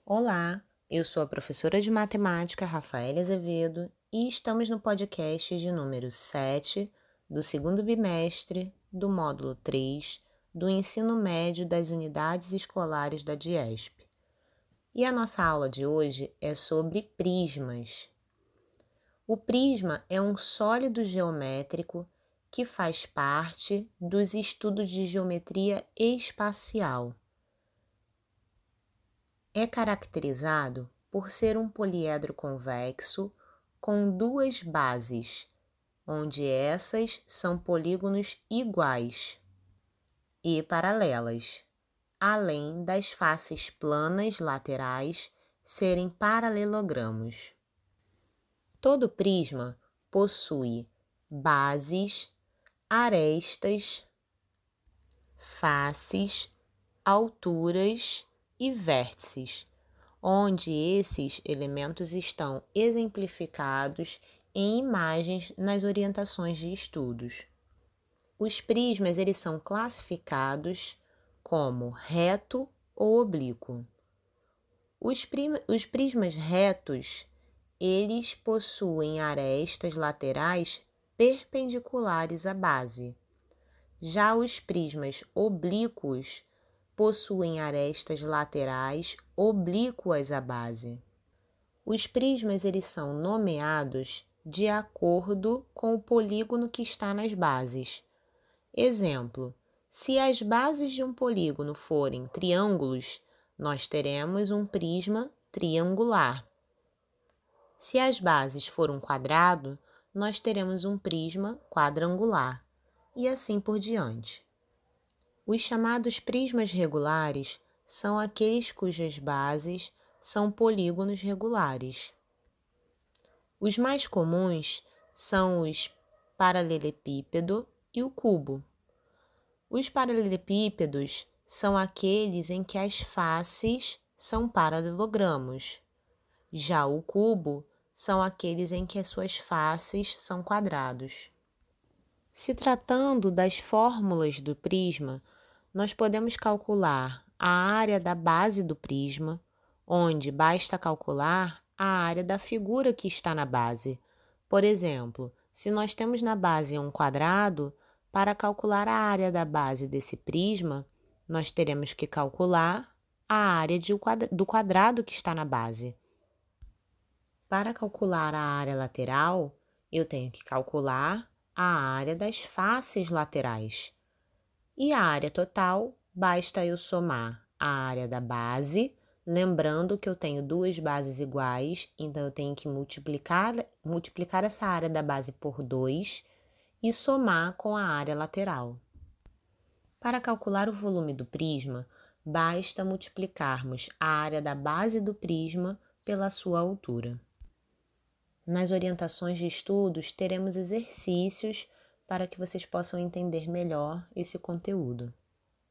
Olá, eu sou a professora de matemática Rafaela Azevedo e estamos no podcast de número 7 do segundo bimestre do módulo 3 do ensino médio das unidades escolares da DIESP. E a nossa aula de hoje é sobre prismas. O prisma é um sólido geométrico que faz parte dos estudos de geometria espacial. É caracterizado por ser um poliedro convexo com duas bases, onde essas são polígonos iguais e paralelas, além das faces planas laterais serem paralelogramos. Todo prisma possui bases, arestas, faces, alturas e vértices, onde esses elementos estão exemplificados em imagens nas orientações de estudos. Os prismas eles são classificados como reto ou oblíquo. Os prismas retos, eles possuem arestas laterais perpendiculares à base. Já os prismas oblíquos possuem arestas laterais oblíquas à base. Os prismas eles são nomeados de acordo com o polígono que está nas bases. Exemplo: se as bases de um polígono forem triângulos, nós teremos um prisma triangular. Se as bases forem um quadrado, nós teremos um prisma quadrangular, e assim por diante. Os chamados prismas regulares são aqueles cujas bases são polígonos regulares. Os mais comuns são os paralelepípedo e o cubo. Os paralelepípedos são aqueles em que as faces são paralelogramos. Já o cubo são aqueles em que as suas faces são quadrados. Se tratando das fórmulas do prisma, nós podemos calcular a área da base do prisma, onde basta calcular a área da figura que está na base. Por exemplo, se nós temos na base um quadrado, para calcular a área da base desse prisma, nós teremos que calcular a área do quadrado que está na base. Para calcular a área lateral, eu tenho que calcular a área das faces laterais. E a área total, basta eu somar a área da base, lembrando que eu tenho duas bases iguais, então eu tenho que multiplicar essa área da base por 2 e somar com a área lateral. Para calcular o volume do prisma, basta multiplicarmos a área da base do prisma pela sua altura. Nas orientações de estudos, teremos exercícios para que vocês possam entender melhor esse conteúdo.